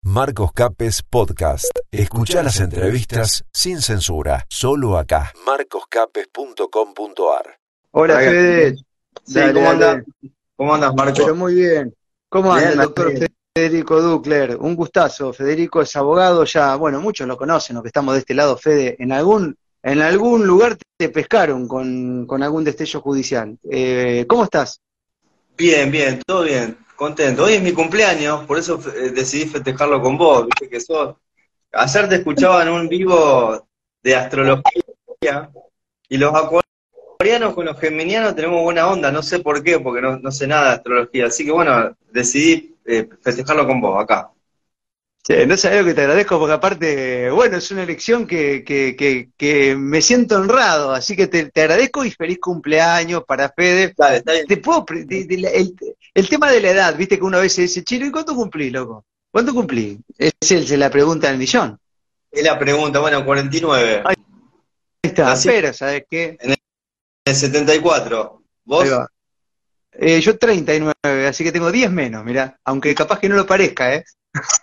Marcos Capes Podcast. Escuchá las entrevistas sin censura, solo acá. marcoscapes.com.ar. Hola, Fede. Sí, Dale, ¿cómo andás? dale. ¿Cómo andás, Marco? Pero muy bien. ¿Cómo anda el Bien, doctor bien. Federico Ducler? Un gustazo. Federico es abogado ya, bueno, muchos lo conocen, los que estamos de este lado, Fede. En algún lugar te pescaron con algún destello judicial. ¿Cómo estás? Bien, bien, todo bien, contento. Hoy es mi cumpleaños, por eso decidí festejarlo con vos, viste que sos. Ayer te escuchaba en un vivo de astrología y los acuarianos con los geminianos tenemos buena onda, no sé por qué, porque no sé nada de astrología, así que bueno, decidí festejarlo con vos acá. Sí, no sabés lo que te agradezco, porque aparte, bueno, es una elección que me siento honrado, así que te agradezco y feliz cumpleaños para Fede. Dale, está bien. Te puedo, el tema de la edad, viste que uno a veces dice, Chino, ¿y cuánto cumplí, loco? ¿Cuánto cumplí? Se la pregunta del millón. Es la pregunta, bueno, 49. Ahí está, Nací pero, ¿sabes qué? en el 74. Ahí ¿Vos? va. Yo 39, así que tengo 10 menos, mirá, aunque capaz que no lo parezca, ¿eh?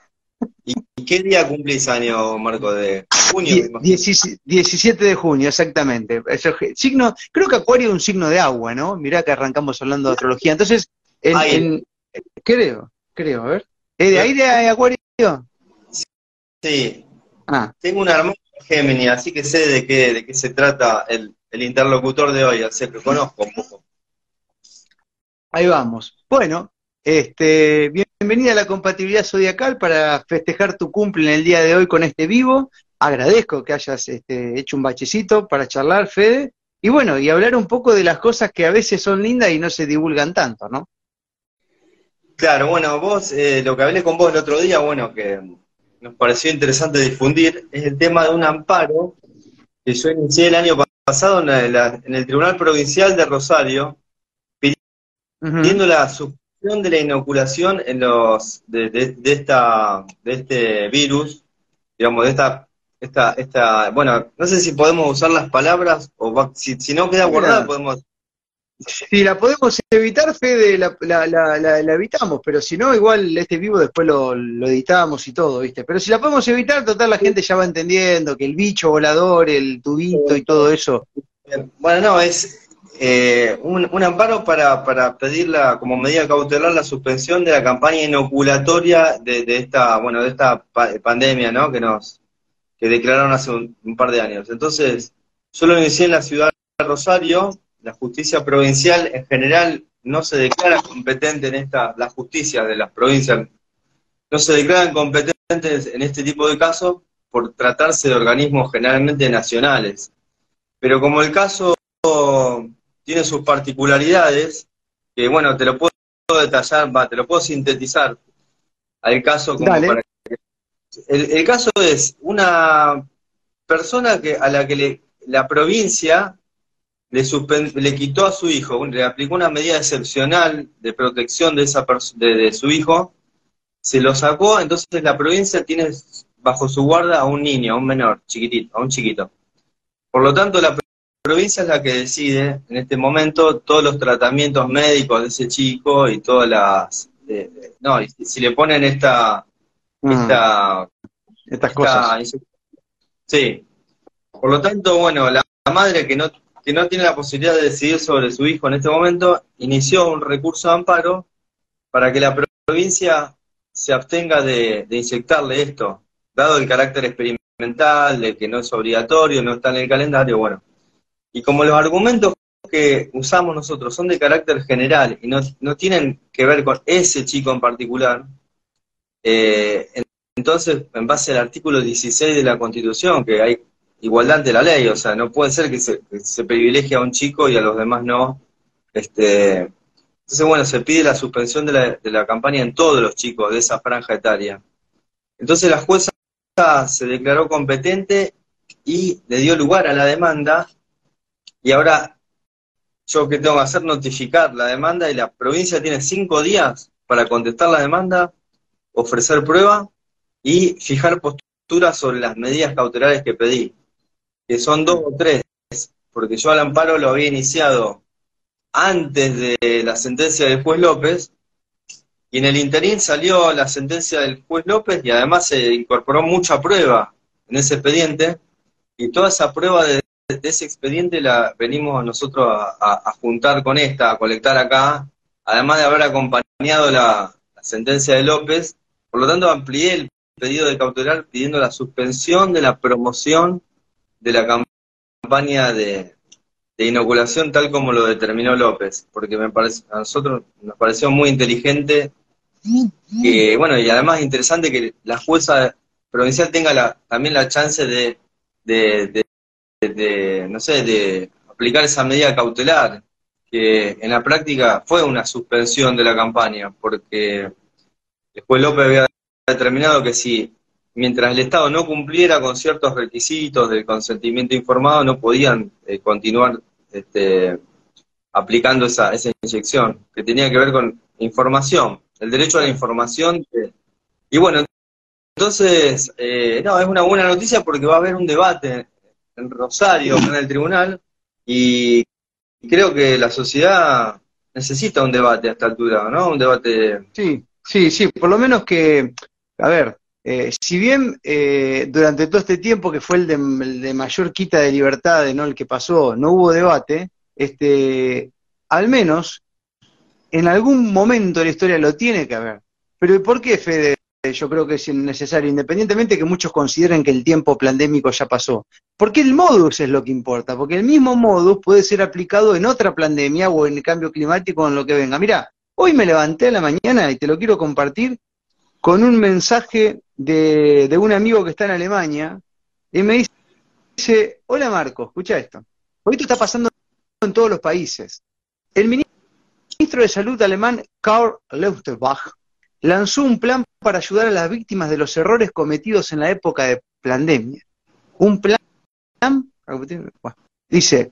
¿Y qué día cumplís año, Marco? De junio, me imagino. 17 de junio, exactamente. Signo, creo que Acuario es un signo de agua, ¿no? Mirá que arrancamos hablando de astrología. Entonces, Aire. creo, a ver. ¿Es de aire Acuario? Sí, Ah, tengo una hermana Géminis, así que sé de qué se trata el interlocutor de hoy, así que conozco un poco. ahí vamos. Bueno, bienvenida a la compatibilidad zodiacal para festejar tu cumple en el día de hoy con este vivo. Agradezco que hayas hecho un bachecito para charlar, Fede. Y bueno, y hablar un poco de las cosas que a veces son lindas y no se divulgan tanto, ¿no? Claro, bueno, vos, lo que hablé con vos el otro día, bueno, que nos pareció interesante difundir, es el tema de un amparo que yo inicié el año pasado en el Tribunal Provincial de Rosario, Ujú. pidiendo la suspensión de la inoculación en de este virus, digamos, bueno, no sé si podemos usar las palabras, o si no queda guardada, Mira, podemos. si la podemos evitar, Fede, la evitamos, pero si no, igual este vivo después lo editamos y todo, ¿viste? Pero si la podemos evitar, total, la gente ya va entendiendo que el bicho volador, el tubito y todo eso. Bueno, no, es un amparo para pedir como medida cautelar la suspensión de la campaña inoculatoria de esta, bueno, de esta pandemia, ¿no? Que declararon hace un par de años. Entonces, yo lo inicié en la ciudad de Rosario. La justicia provincial en general no se declara competente la justicia de las provincias no se declaran competentes en este tipo de casos por tratarse de organismos generalmente nacionales. Pero como el caso tiene sus particularidades, que bueno, te lo puedo detallar, te lo puedo sintetizar al caso como Dale. para. El caso es una persona a la que la provincia le quitó a su hijo, le aplicó una medida excepcional de protección de su hijo, se lo sacó, entonces la provincia tiene bajo su guarda a un niño, a un menor, chiquitito, a un chiquito. Por lo tanto, la provincia es la que decide en este momento todos los tratamientos médicos de ese chico y todas las. No, y si le ponen Mm, esta, estas esta. cosas. Sí. Por lo tanto, bueno, la madre que no tiene la posibilidad de decidir sobre su hijo en este momento, inició un recurso de amparo para que la provincia se abstenga de inyectarle esto, dado el carácter experimental, de que no es obligatorio, no está en el calendario, bueno. Y como los argumentos que usamos nosotros son de carácter general y no tienen que ver con ese chico en particular, eh, entonces, en base al artículo 16 de la Constitución, que hay igualdad ante la ley, o sea, no puede ser que se privilegie a un chico y a los demás no. Entonces, bueno, se pide la suspensión de la campaña en todos los chicos de esa franja etaria. Entonces, la jueza se declaró competente y le dio lugar a la demanda, y ahora yo qué tengo que hacer, notificar la demanda, y la provincia tiene 5 días para contestar la demanda, ofrecer prueba y fijar postura sobre las medidas cautelares que pedí, que son 2 o 3, porque yo al amparo lo había iniciado antes de la sentencia del juez López, Y en el interín salió la sentencia del juez López y además se incorporó mucha prueba en ese expediente, y toda esa prueba de ese expediente la venimos nosotros a juntar con esta, a colectar acá, además de haber acompañado la sentencia de López. Por lo tanto, amplié el pedido de cautelar pidiendo la suspensión de la promoción de la campaña de inoculación tal como lo determinó López, porque a nosotros nos pareció muy inteligente que, bueno, y además interesante que la jueza provincial tenga también la chance no sé, de aplicar esa medida cautelar, que en la práctica fue una suspensión de la campaña, porque después López había determinado que si, mientras el Estado no cumpliera con ciertos requisitos del consentimiento informado, no podían continuar aplicando esa inyección, que tenía que ver con información, el derecho a la información. Y bueno, entonces, no, es una buena noticia porque va a haber un debate en Rosario, en el tribunal, y creo que la sociedad necesita un debate a esta altura, ¿no? Un debate... Sí, sí, sí, por lo menos que, a ver, si bien durante todo este tiempo que fue el de mayor quita de libertades, ¿no? El que pasó, no hubo debate, al menos en algún momento de la historia lo tiene que haber. Pero ¿y por qué, Fede? Yo creo que es innecesario, independientemente que muchos consideren que el tiempo pandémico ya pasó. Porque el modus es lo que importa, porque el mismo modus puede ser aplicado en otra pandemia o en el cambio climático o en lo que venga. Mirá, hoy me levanté a la mañana y te lo quiero compartir con un mensaje de un amigo que está en Alemania y me dice, hola Marco, escucha esto. Hoy esto está pasando en todos los países. El ministro de Salud alemán, Karl Lauterbach, lanzó un plan para ayudar a las víctimas de los errores cometidos en la época de pandemia. Un plan, dice,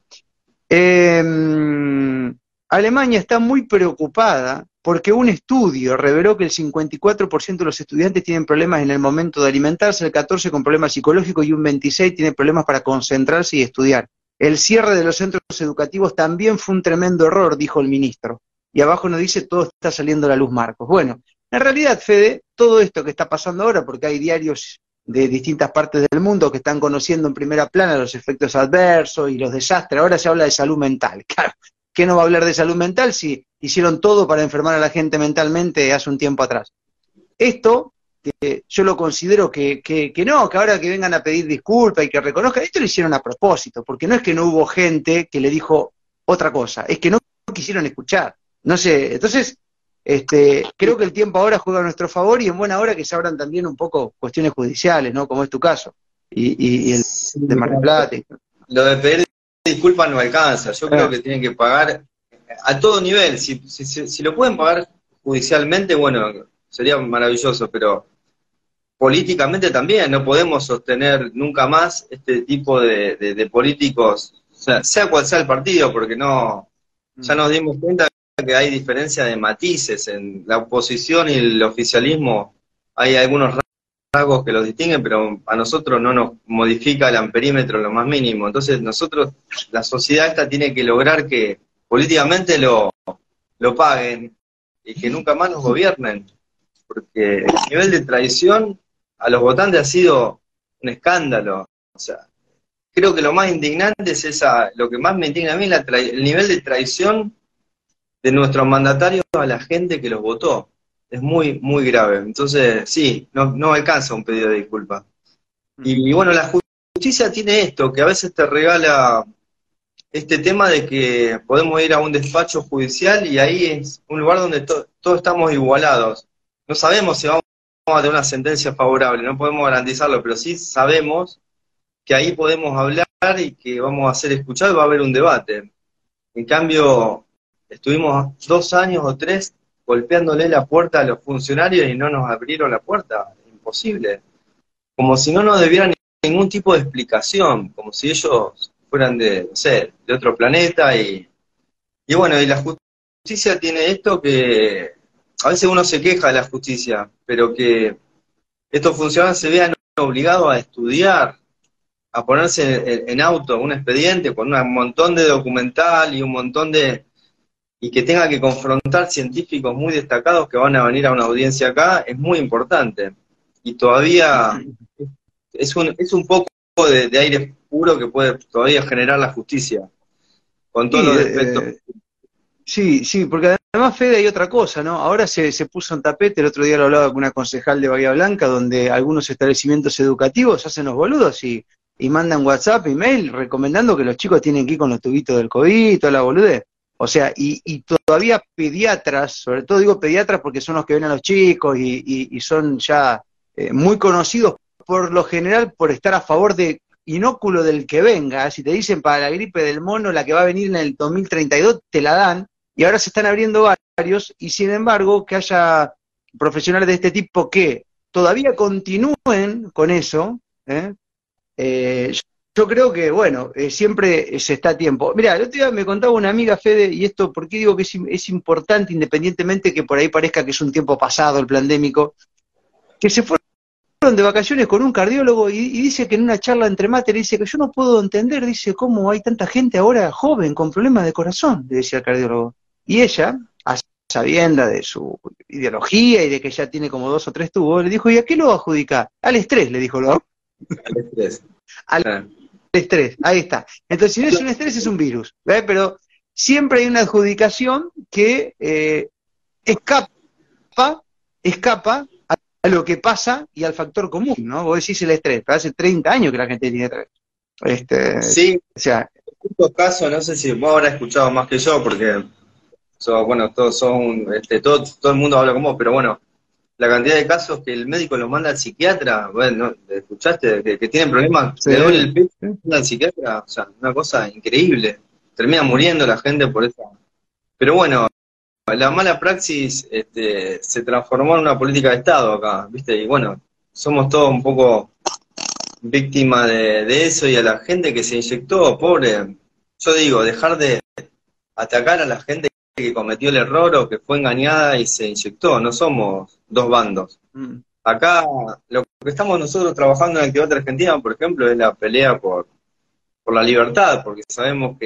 Alemania está muy preocupada porque un estudio reveló que el 54% de los estudiantes tienen problemas en el momento de alimentarse, el 14% con problemas psicológicos y un 26% tiene problemas para concentrarse y estudiar. El cierre de los centros educativos también fue un tremendo error, dijo el ministro. Y abajo nos dice, todo está saliendo a la luz, Marcos. Bueno, en realidad, Fede, todo esto que está pasando ahora, porque hay diarios de distintas partes del mundo que están conociendo en primera plana los efectos adversos y los desastres, ahora se habla de salud mental. Claro, ¿qué no va a hablar de salud mental si hicieron todo para enfermar a la gente mentalmente hace un tiempo atrás? Esto, yo lo considero que no, que ahora que vengan a pedir disculpas y que reconozcan, esto lo hicieron a propósito, porque no es que no hubo gente que le dijo otra cosa, es que no quisieron escuchar. No sé, entonces, creo que el tiempo ahora juega a nuestro favor y en buena hora que se abran también un poco cuestiones judiciales, ¿no? Como es tu caso, y el de Mar del Plata. Lo de pedir disculpas no alcanza, yo creo que tienen que pagar a todo nivel, si lo pueden pagar judicialmente, bueno, sería maravilloso, pero políticamente también, no podemos sostener nunca más este tipo de políticos, o sea cual sea el partido, porque no, ya nos dimos cuenta que hay diferencia de matices en la oposición y el oficialismo, hay algunos rasgos que los distinguen, pero a nosotros no nos modifica el amperímetro lo más mínimo. Entonces nosotros, la sociedad esta tiene que lograr que políticamente lo paguen y que nunca más nos gobiernen, porque el nivel de traición a los votantes ha sido un escándalo. O sea, creo que lo más indignante es lo que más me indigna a mí, el nivel de traición de nuestros mandatarios a la gente que los votó. Es muy, muy grave. Entonces, sí, no alcanza un pedido de disculpas. Y bueno, la justicia tiene esto, que a veces te regala este tema de que podemos ir a un despacho judicial y ahí es un lugar donde todos estamos igualados. No sabemos si vamos a tener una sentencia favorable, no podemos garantizarlo, pero sí sabemos que ahí podemos hablar y que vamos a ser escuchados y va a haber un debate. En cambio, estuvimos 2 años o 3 golpeándole la puerta a los funcionarios y no nos abrieron la puerta. Imposible. Como si no nos debieran ningún tipo de explicación, como si ellos fueran de, no sé, de otro planeta. Y bueno, y la justicia tiene esto que a veces uno se queja de la justicia, pero que estos funcionarios se vean obligados a estudiar, a ponerse en auto un expediente con un montón de documental y un montón de y que tenga que confrontar científicos muy destacados que van a venir a una audiencia acá, es muy importante. Y todavía es un poco de aire puro que puede todavía generar la justicia, con todos Sí, los defectos. sí, porque además, Fede, hay otra cosa, ¿no? Ahora se puso en tapete, el otro día lo hablaba con una concejal de Bahía Blanca, donde algunos establecimientos educativos hacen los boludos y mandan WhatsApp, email, recomendando que los chicos tienen que ir con los tubitos del COVID y toda la boludez. O sea, y todavía pediatras, sobre todo digo pediatras porque son los que ven a los chicos y son ya muy conocidos por lo general por estar a favor de inóculo del que venga. Si te dicen para la gripe del mono, la que va a venir en el 2032, te la dan, y ahora se están abriendo varios, y sin embargo, que haya profesionales de este tipo que todavía continúen con eso, yo creo que, bueno, siempre se está a tiempo. Mirá, el otro día me contaba una amiga, Fede, y esto, ¿por qué digo que es importante, independientemente que por ahí parezca que es un tiempo pasado el pandémico, que se fueron de vacaciones con un cardiólogo y dice que en una charla entre máter dice que yo no puedo entender, dice, cómo hay tanta gente ahora joven con problemas de corazón, le decía el cardiólogo. Y ella, a sabienda de su ideología y de que ya tiene como 2 o 3 tubos, le dijo, ¿y a qué lo adjudica? Al estrés, le dijo, ¿no? Al estrés. Al estrés, ahí está. Entonces, si no es un estrés, es un virus, ¿ves? Pero siempre hay una adjudicación que escapa a lo que pasa y al factor común, ¿no? Vos decís el estrés, pero hace 30 años que la gente tiene estrés. Sí, O sea, en estos casos, no sé si vos habrás escuchado más que yo, porque bueno, todos son, todo el mundo habla como vos, pero bueno, la cantidad de casos que el médico los manda al psiquiatra, bueno, ¿no? ¿Escuchaste? Que tienen problemas, sí, le duele el pecho, sí. mandan al psiquiatra, o sea, una cosa increíble. Termina muriendo la gente por eso. Pero bueno, la mala praxis se transformó en una política de Estado acá, ¿viste? Y bueno, somos todos un poco víctimas de eso, y a la gente que se inyectó, pobre, yo digo, dejar de atacar a la gente que cometió el error o que fue engañada y se inyectó, no somos dos bandos. Mm. Acá lo que estamos nosotros trabajando en Activate Argentina, por ejemplo, es la pelea por la libertad, porque sabemos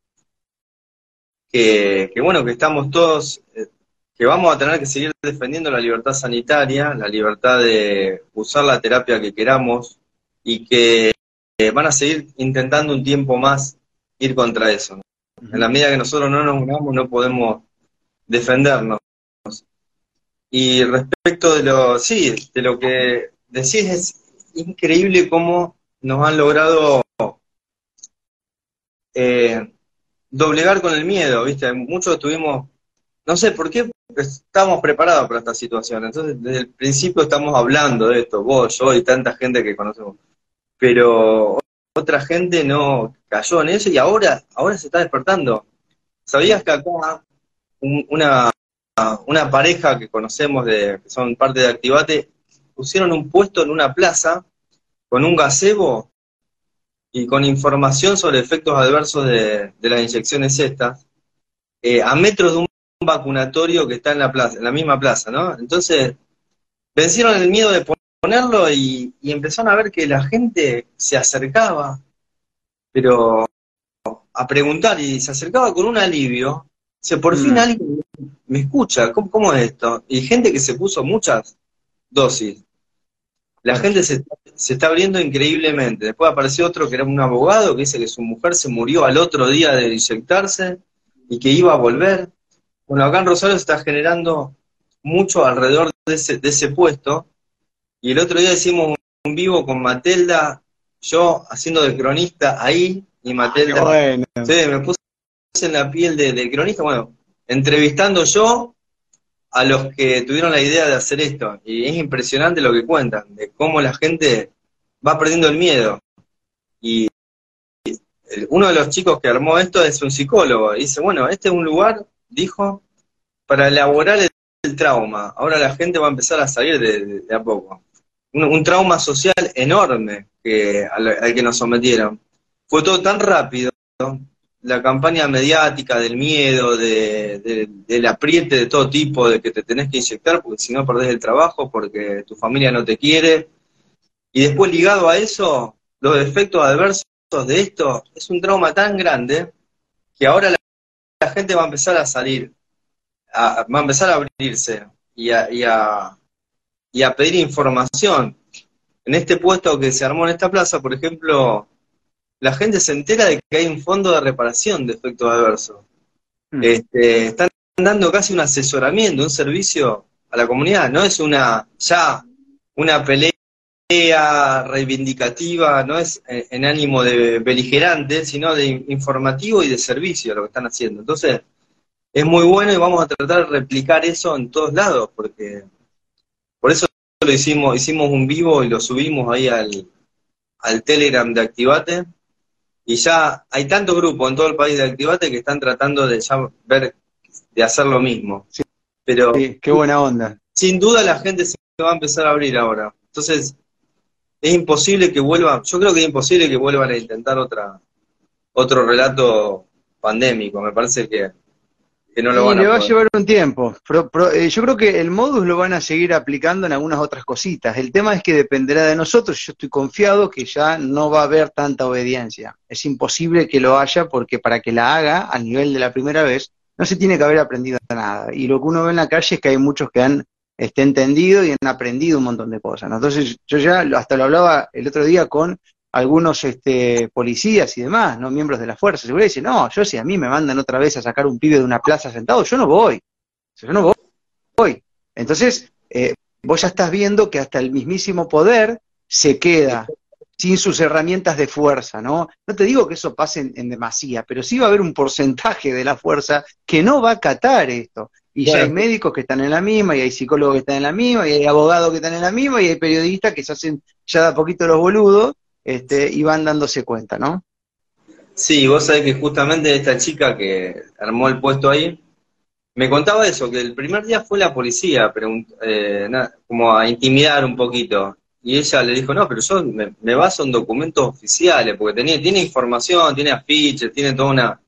bueno, que estamos todos, que vamos a tener que seguir defendiendo la libertad sanitaria, la libertad de usar la terapia que queramos, y que van a seguir intentando un tiempo más ir contra eso, ¿no? En la medida que nosotros no nos unamos, no podemos defendernos. Y respecto de lo que decís, es increíble cómo nos han logrado doblegar con el miedo, ¿viste? Muchos tuvimos, no sé por qué, estábamos preparados para esta situación. Entonces, desde el principio estamos hablando de esto, vos, yo y tanta gente que conocemos. Pero otra gente no cayó en eso y ahora se está despertando. ¿Sabías que acá una pareja que conocemos, que son parte de Activate, pusieron un puesto en una plaza con un gazebo y con información sobre efectos adversos de las inyecciones estas, a metros de un vacunatorio que está en la plaza, en la misma plaza, ¿no? Entonces, vencieron el miedo de ponerlo y empezaron a ver que la gente se acercaba, pero a preguntar, y se acercaba con un alivio. O sea, por fin alguien me escucha, ¿cómo es esto? Y gente que se puso muchas dosis. La gente se está abriendo increíblemente. Después apareció otro que era un abogado que dice que su mujer se murió al otro día de inyectarse y que iba a volver. Bueno, acá en Rosario se está generando mucho alrededor de ese puesto. Y el otro día hicimos un vivo con Matelda, yo haciendo de cronista ahí, y Matelda, Bueno. sí, me puse en la piel de cronista, bueno, entrevistando yo a los que tuvieron la idea de hacer esto. Y es impresionante lo que cuentan, de cómo la gente va perdiendo el miedo. Y uno de los chicos que armó esto es un psicólogo, y dice, bueno, este es un lugar, dijo, para elaborar el trauma. Ahora la gente va a empezar a salir de a poco. Un trauma social enorme al que nos sometieron. Fue todo tan rápido, ¿no? La campaña mediática del miedo, del apriete de todo tipo, de que te tenés que inyectar porque si no perdés el trabajo, porque tu familia no te quiere. Y después ligado a eso, los efectos adversos de esto, es un trauma tan grande que ahora la gente va a empezar a salir, va a empezar a abrirse y a pedir información. En este puesto que se armó en esta plaza, por ejemplo, la gente se entera de que hay un fondo de reparación de efectos adversos. Están dando casi un asesoramiento, un servicio a la comunidad. No es una pelea reivindicativa, no es en ánimo de beligerante, sino de informativo y de servicio lo que están haciendo. Entonces, es muy bueno y vamos a tratar de replicar eso en todos lados, porque por eso lo hicimos un vivo y lo subimos ahí al Telegram de Activate, y ya hay tantos grupos en todo el país de Activate que están tratando de ya de hacer lo mismo. Sí, pero sí, qué buena onda. Sin duda la gente se va a empezar a abrir ahora. Entonces, es imposible que vuelvan, yo creo que es imposible que vuelvan a intentar otro relato pandémico. Me parece que no lo van a le va a poder. llevar un tiempo. Yo creo que el modus lo van a seguir aplicando en algunas otras cositas. El tema es que dependerá de nosotros. Yo estoy confiado que ya no va a haber tanta obediencia. Es imposible que lo haya, porque para que la haga a nivel de la primera vez, no se tiene que haber aprendido nada. Y lo que uno ve en la calle es que hay muchos que han entendido y han aprendido un montón de cosas, ¿no? Entonces, yo ya hasta lo hablaba el otro día con algunos policías y demás, ¿no? Miembros de la fuerza de seguridad, y dicen, no, yo si a mí me mandan otra vez a sacar un pibe de una plaza sentado, yo no voy. Yo no voy. Entonces, vos ya estás viendo que hasta el mismísimo poder se queda sin sus herramientas de fuerza, ¿no? No te digo que eso pase en demasía, pero sí va a haber un porcentaje de la fuerza que no va a acatar esto. Y ya hay médicos que están en la misma, y hay psicólogos que están en la misma, y hay abogados que están en la misma, y hay periodistas que se hacen ya de a poquito los boludos, y van dándose cuenta, ¿no? Sí, vos sabés que justamente esta chica que armó el puesto ahí, me contaba eso, que el primer día fue la policía, como a intimidar un poquito. Y ella le dijo, no, pero yo me baso en documentos oficiales, porque tiene información, tiene afiches, tiene toda una...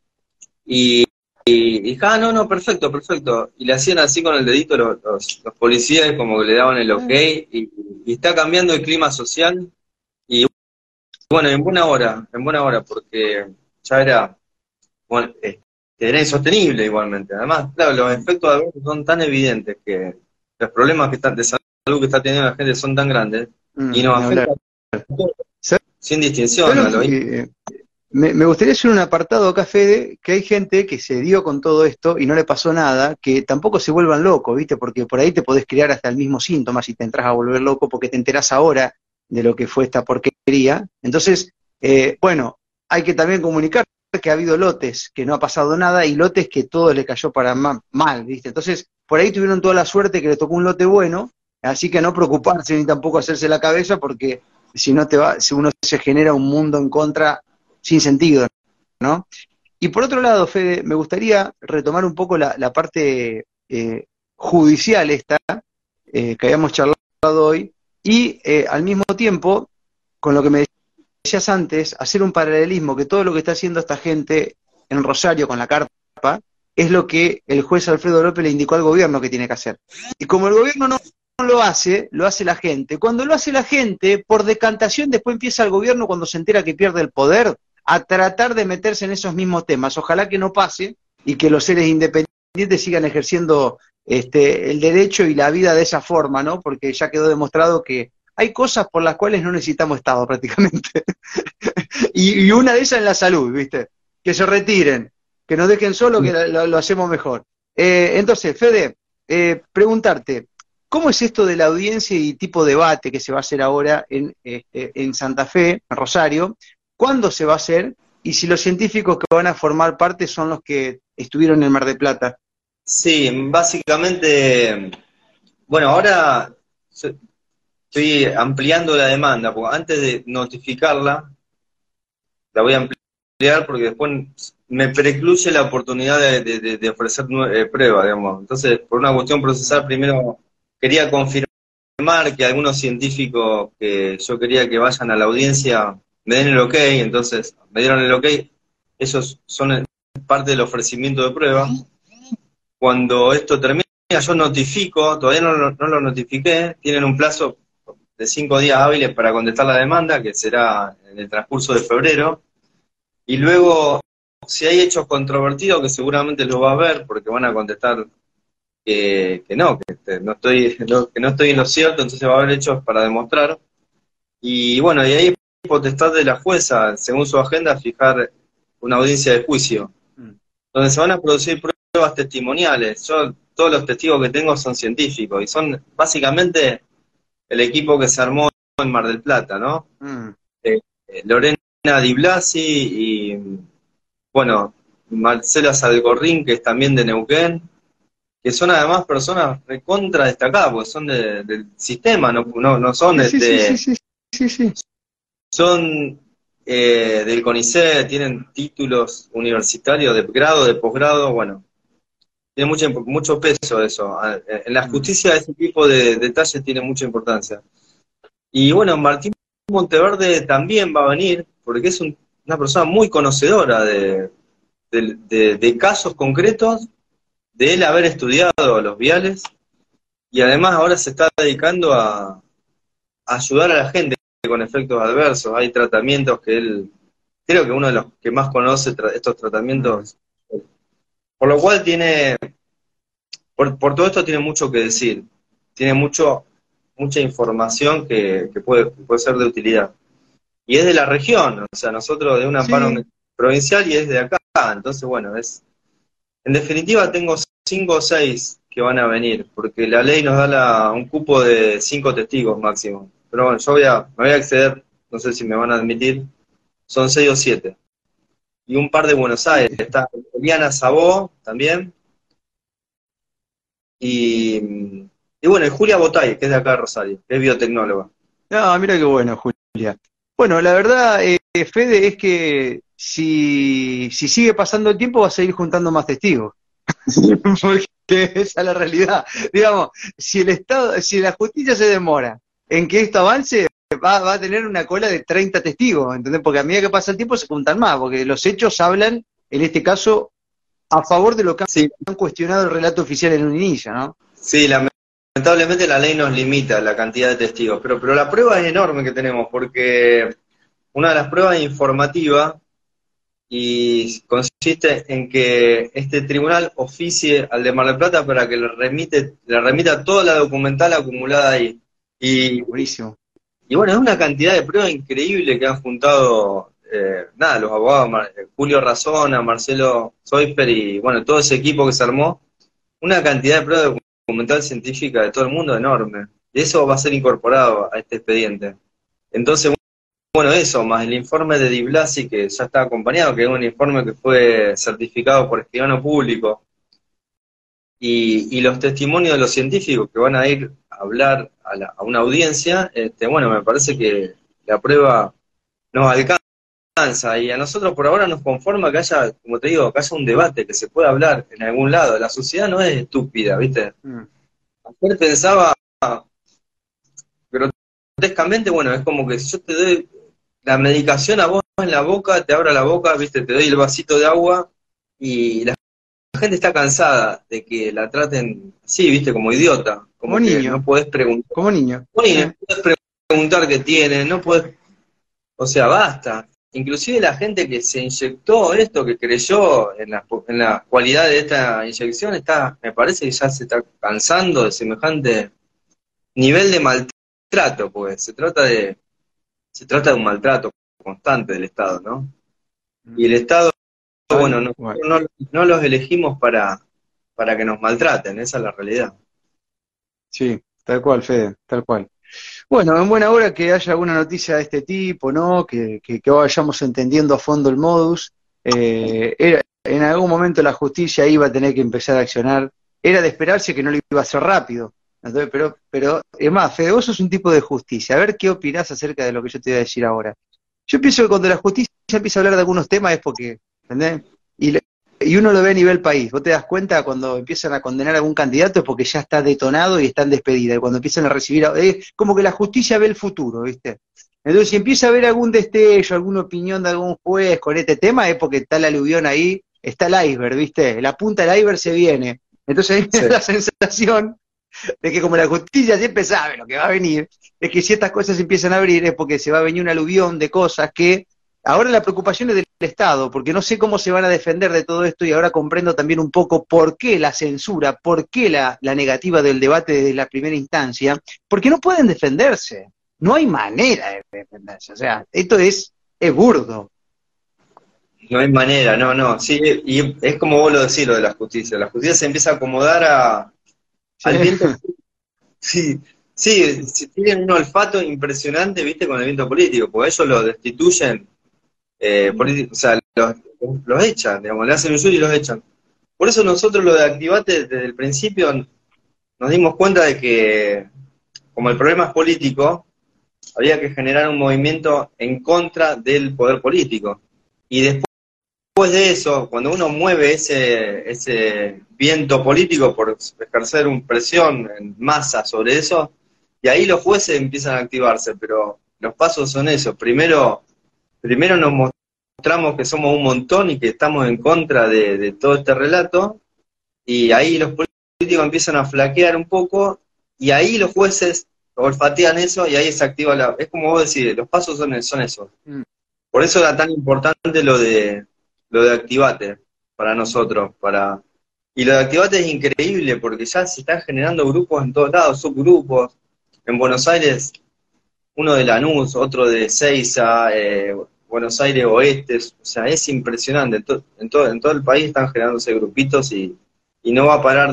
Y dije, no, perfecto. Y le hacían así con el dedito los policías, como que le daban el ok, y está cambiando el clima social. Y bueno, en buena hora, porque ya era, bueno, era insostenible igualmente. Además, claro, los efectos adversos son tan evidentes, que los problemas de salud que está teniendo la gente son tan grandes, y nos afectan sin distinción. Me gustaría hacer un apartado acá, Fede, que hay gente que se dio con todo esto y no le pasó nada, que tampoco se vuelvan locos, ¿viste? Porque por ahí te podés crear hasta el mismo síntoma si te entras a volver loco, porque te enterás ahora de lo que fue esta porquería. Entonces, bueno, hay que también comunicar que ha habido lotes que no ha pasado nada y lotes que todo le cayó para mal, ¿viste? Entonces, por ahí tuvieron toda la suerte que le tocó un lote bueno, así que no preocuparse ni tampoco hacerse la cabeza, porque si no si uno se genera un mundo en contra sin sentido, ¿no? Y por otro lado, Fede, me gustaría retomar un poco la parte judicial esta, que habíamos charlado hoy, y al mismo tiempo, con lo que me decías antes, hacer un paralelismo, que todo lo que está haciendo esta gente en Rosario con la carpa, es lo que el juez Alfredo López le indicó al gobierno que tiene que hacer. Y como el gobierno no lo hace la gente. Cuando lo hace la gente, por decantación, después empieza el gobierno, cuando se entera que pierde el poder, a tratar de meterse en esos mismos temas. Ojalá que no pase y que los seres independientes sigan ejerciendo el derecho y la vida de esa forma, ¿no? Porque ya quedó demostrado que hay cosas por las cuales no necesitamos Estado prácticamente. y una de esas es la salud, ¿viste? Que se retiren, que nos dejen solos, que lo hacemos mejor. Entonces, Fede, preguntarte, ¿cómo es esto de la audiencia y tipo debate que se va a hacer ahora en Santa Fe, en Rosario? ¿Cuándo se va a hacer? Y si los científicos que van a formar parte son los que estuvieron en Mar del Plata. Sí, básicamente, bueno, ahora estoy ampliando la demanda, porque antes de notificarla, la voy a ampliar porque después me precluye la oportunidad de ofrecer pruebas, digamos. Entonces, por una cuestión procesal, primero quería confirmar que algunos científicos que yo quería que vayan a la audiencia me den el ok, entonces me dieron el ok. Esos son parte del ofrecimiento de prueba. Cuando esto termine, yo notifico, todavía no lo notifiqué, tienen un plazo de 5 días hábiles para contestar la demanda, que será en el transcurso de febrero, y luego si hay hechos controvertidos, que seguramente los va a ver, porque van a contestar que no, que no estoy en lo cierto, entonces va a haber hechos para demostrar. Y bueno, y ahí es potestad de la jueza, según su agenda, fijar una audiencia de juicio, donde se van a producir pruebas testimoniales. Yo, todos los testigos que tengo son científicos, y son básicamente el equipo que se armó en Mar del Plata, ¿no? Lorena Di Blasi y, bueno, Marcela Salgorrín, que es también de Neuquén, que son además personas recontra destacadas, porque son del sistema, no son Sí. son del CONICET, tienen títulos universitarios de grado, de posgrado, bueno, tiene mucho peso eso. En la justicia ese tipo de detalles tiene mucha importancia. Y bueno, Martín Monteverde también va a venir, porque es una persona muy conocedora de casos concretos, de él haber estudiado los viales, y además ahora se está dedicando a ayudar a la gente con efectos adversos. Hay tratamientos que él, creo que uno de los que más conoce estos tratamientos, por lo cual por todo esto tiene mucho que decir, tiene mucha información que puede ser de utilidad. Y es de la región, o sea, nosotros de un amparo provincial y es de acá, entonces bueno, en definitiva tengo 5 o 6 que van a venir, porque la ley nos da un cupo de 5 testigos máximo. Pero bueno, me voy a exceder, no sé si me van a admitir, son 6 o 7. Y un par de Buenos Aires, está Eliana Sabó también, y bueno, y Julia Botay, que es de acá de Rosario, que es biotecnóloga. No, mira qué bueno, Julia. Bueno, la verdad, Fede, es que si sigue pasando el tiempo va a seguir juntando más testigos. Porque esa es la realidad. Digamos, si la justicia se demora en que esto avance, va a tener una cola de 30 testigos, ¿entendés? Porque a medida que pasa el tiempo se juntan más, porque los hechos hablan, en este caso, a favor de lo que han cuestionado el relato oficial en un inicio, ¿no? Sí, lamentablemente la ley nos limita la cantidad de testigos, pero la prueba es enorme que tenemos, porque una de las pruebas es informativa y consiste en que este tribunal oficie al de Mar del Plata para que le remita toda la documental acumulada ahí. Buenísimo. Y bueno, es una cantidad de pruebas increíble que han juntado, los abogados, Julio Razona, Marcelo Soifer y bueno, todo ese equipo que se armó, una cantidad de pruebas documental científica de todo el mundo enorme. Y eso va a ser incorporado a este expediente. Entonces, bueno, eso, más el informe de Di Blasi, que ya está acompañado, que es un informe que fue certificado por escribano público, y los testimonios de los científicos que van a ir a hablar a una audiencia, bueno, me parece que la prueba nos alcanza, y a nosotros por ahora nos conforma que haya, como te digo, que haya un debate, que se pueda hablar en algún lado. La sociedad no es estúpida, ¿viste? Ayer pensaba grotescamente, bueno, es como que si yo te doy la medicación a vos en la boca, te abro la boca, ¿viste? Te doy el vasito de agua, y la gente está cansada de que la traten así, ¿viste? Como idiota. Como que niño. no podés preguntar. Como niño. No podés preguntar qué tiene, no podés. O sea, basta. Inclusive la gente que se inyectó esto, que creyó en la cualidad de esta inyección, me parece que ya se está cansando de semejante nivel de maltrato, pues se trata de un maltrato constante del Estado, ¿no? Y el Estado, bueno, no los elegimos para que nos maltraten, esa es la realidad. Sí, tal cual, Fede, tal cual. Bueno, en buena hora que haya alguna noticia de este tipo, ¿no? Que vayamos entendiendo a fondo el modus. En algún momento la justicia iba a tener que empezar a accionar. Era de esperarse que no lo iba a hacer rápido. Entonces, pero es más, Fede, vos sos un tipo de justicia. A ver qué opinás acerca de lo que yo te voy a decir ahora. Yo pienso que cuando la justicia empieza a hablar de algunos temas es porque, ¿entendés? Y uno lo ve a nivel país. Vos te das cuenta cuando empiezan a condenar a algún candidato es porque ya está detonado y está en despedida. Y cuando empiezan a recibir, es como que la justicia ve el futuro, ¿viste? Entonces, si empieza a haber algún destello, alguna opinión de algún juez con este tema, es porque está el aluvión ahí, está el iceberg, ¿viste? La punta del iceberg se viene. Entonces, ahí me da la sensación de que como la justicia siempre sabe lo que va a venir, es que si estas cosas empiezan a abrir es porque se va a venir un aluvión de cosas que ahora la preocupación es del Estado, porque no sé cómo se van a defender de todo esto y ahora comprendo también un poco por qué la censura, por qué la negativa del debate desde la primera instancia, porque no pueden defenderse, no hay manera de defenderse, o sea, esto es burdo. No hay manera, no, sí, y es como vos lo decís, lo de la justicia se empieza a acomodar Sí. al viento. Sí, sí, tienen un olfato impresionante, viste, con el viento político, porque ellos lo destituyen, o sea, los echan, digamos, le hacen un juicio y los echan. Por eso nosotros lo de Activate desde el principio nos dimos cuenta de que, como el problema es político, había que generar un movimiento en contra del poder político. Y después de eso, cuando uno mueve ese viento político por ejercer una presión en masa sobre eso, y ahí los jueces empiezan a activarse, pero los pasos son esos. Primero nos mostramos que somos un montón y que estamos en contra de todo este relato, y ahí los políticos empiezan a flaquear un poco, y ahí los jueces olfatean eso, y ahí se activa es como vos decís, los pasos son esos. Mm. Por eso era tan importante lo de Activate para nosotros, y lo de Activate es increíble porque ya se están generando grupos en todos lados, subgrupos. En Buenos Aires, uno de Lanús, otro de Seiza, Buenos Aires Oeste, o sea, es impresionante. En todo el país están generándose grupitos y no va a parar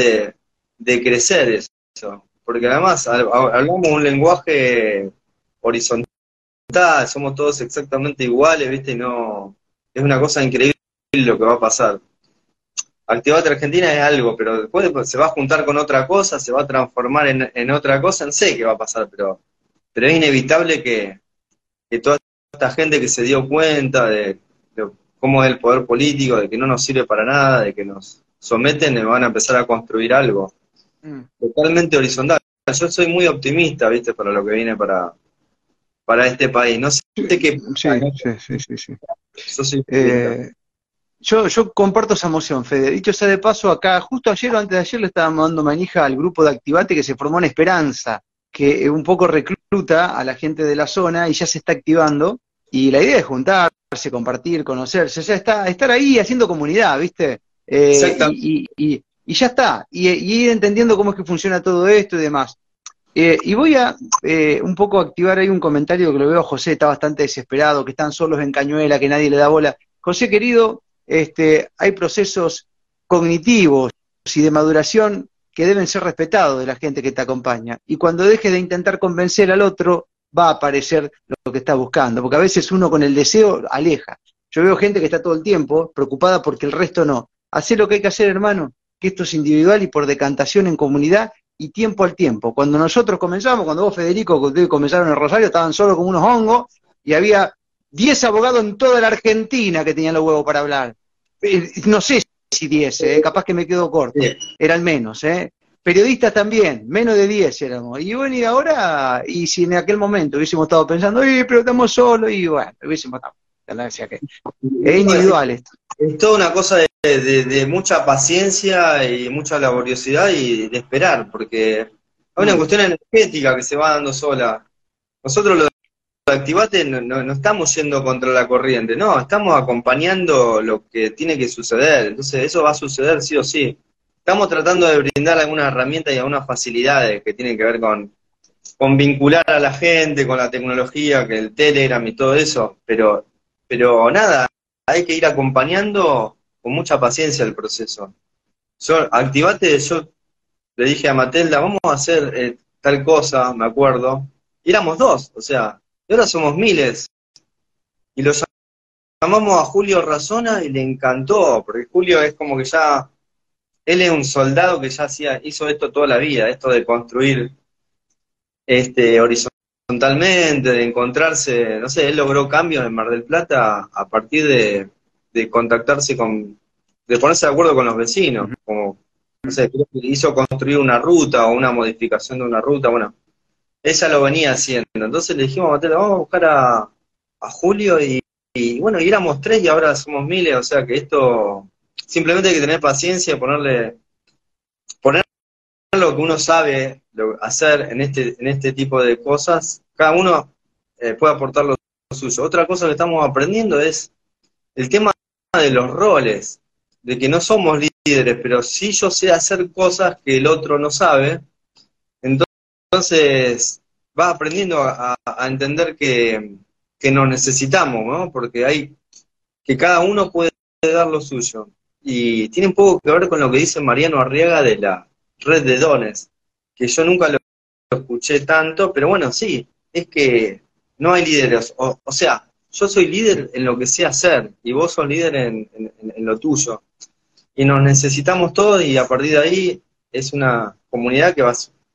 de crecer eso. Porque además hablamos un lenguaje horizontal, somos todos exactamente iguales, ¿viste? Y no, es una cosa increíble lo que va a pasar. Activate Argentina es algo, pero después se va a juntar con otra cosa, se va a transformar en otra cosa, no sé qué va a pasar, pero es inevitable que toda esta gente que se dio cuenta de cómo es el poder político, de que no nos sirve para nada, de que nos someten, van a empezar a construir algo Mm. totalmente horizontal. Yo soy muy optimista, ¿viste? Para lo que viene para este país. No sé qué Sí, pasa, ¿no? sí. Yo soy optimista. Yo comparto esa emoción, Fede. Dicho sea de paso, acá, justo ayer o antes de ayer, le estábamos dando manija al grupo de Activate que se formó en Esperanza, que un poco recluta a la gente de la zona y ya se está activando. Y la idea es juntarse, compartir, conocerse, o sea, estar ahí haciendo comunidad, ¿viste? Exactamente. Y ya está, y ir entendiendo cómo es que funciona todo esto y demás. Y voy a un poco activar ahí un comentario que lo veo a José, está bastante desesperado, que están solos en Cañuela, que nadie le da bola. José, querido, hay procesos cognitivos y de maduración que deben ser respetados de la gente que te acompaña. Y cuando dejes de intentar convencer al otro, va a aparecer lo que está buscando, porque a veces uno con el deseo aleja. Yo veo gente que está todo el tiempo preocupada porque el resto no. Hacé lo que hay que hacer, hermano, que esto es individual y por decantación en comunidad y tiempo al tiempo. Cuando nosotros comenzamos, cuando vos, Federico, que ustedes comenzaron en Rosario, estaban solos como unos hongos y había 10 abogados en toda la Argentina que tenían los huevos para hablar. No sé si 10, capaz que me quedo corto, Sí. eran menos. Periodistas también, menos de 10 éramos. Y bueno, y ahora, y si en aquel momento hubiésemos estado pensando, pero estamos solos, y bueno, hubiésemos estado. O sea que es individual esto. Es toda una cosa de mucha paciencia y mucha laboriosidad y de esperar, porque es una cuestión energética que se va dando sola. Nosotros los de Activate no estamos yendo contra la corriente, no, estamos acompañando lo que tiene que suceder, entonces eso va a suceder sí o sí. Estamos tratando de brindar algunas herramientas y algunas facilidades que tienen que ver con vincular a la gente, con la tecnología, que el Telegram y todo eso, pero nada, hay que ir acompañando con mucha paciencia el proceso. Activate, yo le dije a Matelda, vamos a hacer tal cosa, me acuerdo, y éramos dos, o sea, y ahora somos miles, y lo llamamos a Julio Razona y le encantó, porque Julio es como que ya, él es un soldado que ya hizo esto toda la vida, esto de construir horizontalmente, de encontrarse, no sé, él logró cambios en Mar del Plata a partir de contactarse de ponerse de acuerdo con los vecinos, como, no sé, creo que hizo construir una ruta o una modificación de una ruta, bueno, ella lo venía haciendo, entonces le dijimos a Mateo, vamos a buscar a Julio y bueno, y éramos tres y ahora somos miles, o sea que esto, simplemente hay que tener paciencia, poner lo que uno sabe hacer en este tipo de cosas, cada uno puede aportar lo suyo. Otra cosa que estamos aprendiendo es el tema de los roles, de que no somos líderes, pero sí yo sé hacer cosas que el otro no sabe. Entonces vas aprendiendo a entender que nos necesitamos, ¿no? Porque hay que cada uno puede dar lo suyo. Y tiene un poco que ver con lo que dice Mariano Arriaga de la red de dones, que yo nunca lo escuché tanto, pero bueno, sí, es que no hay líderes. O sea, yo soy líder en lo que sé hacer y vos sos líder en lo tuyo. Y nos necesitamos todos y a partir de ahí es una comunidad que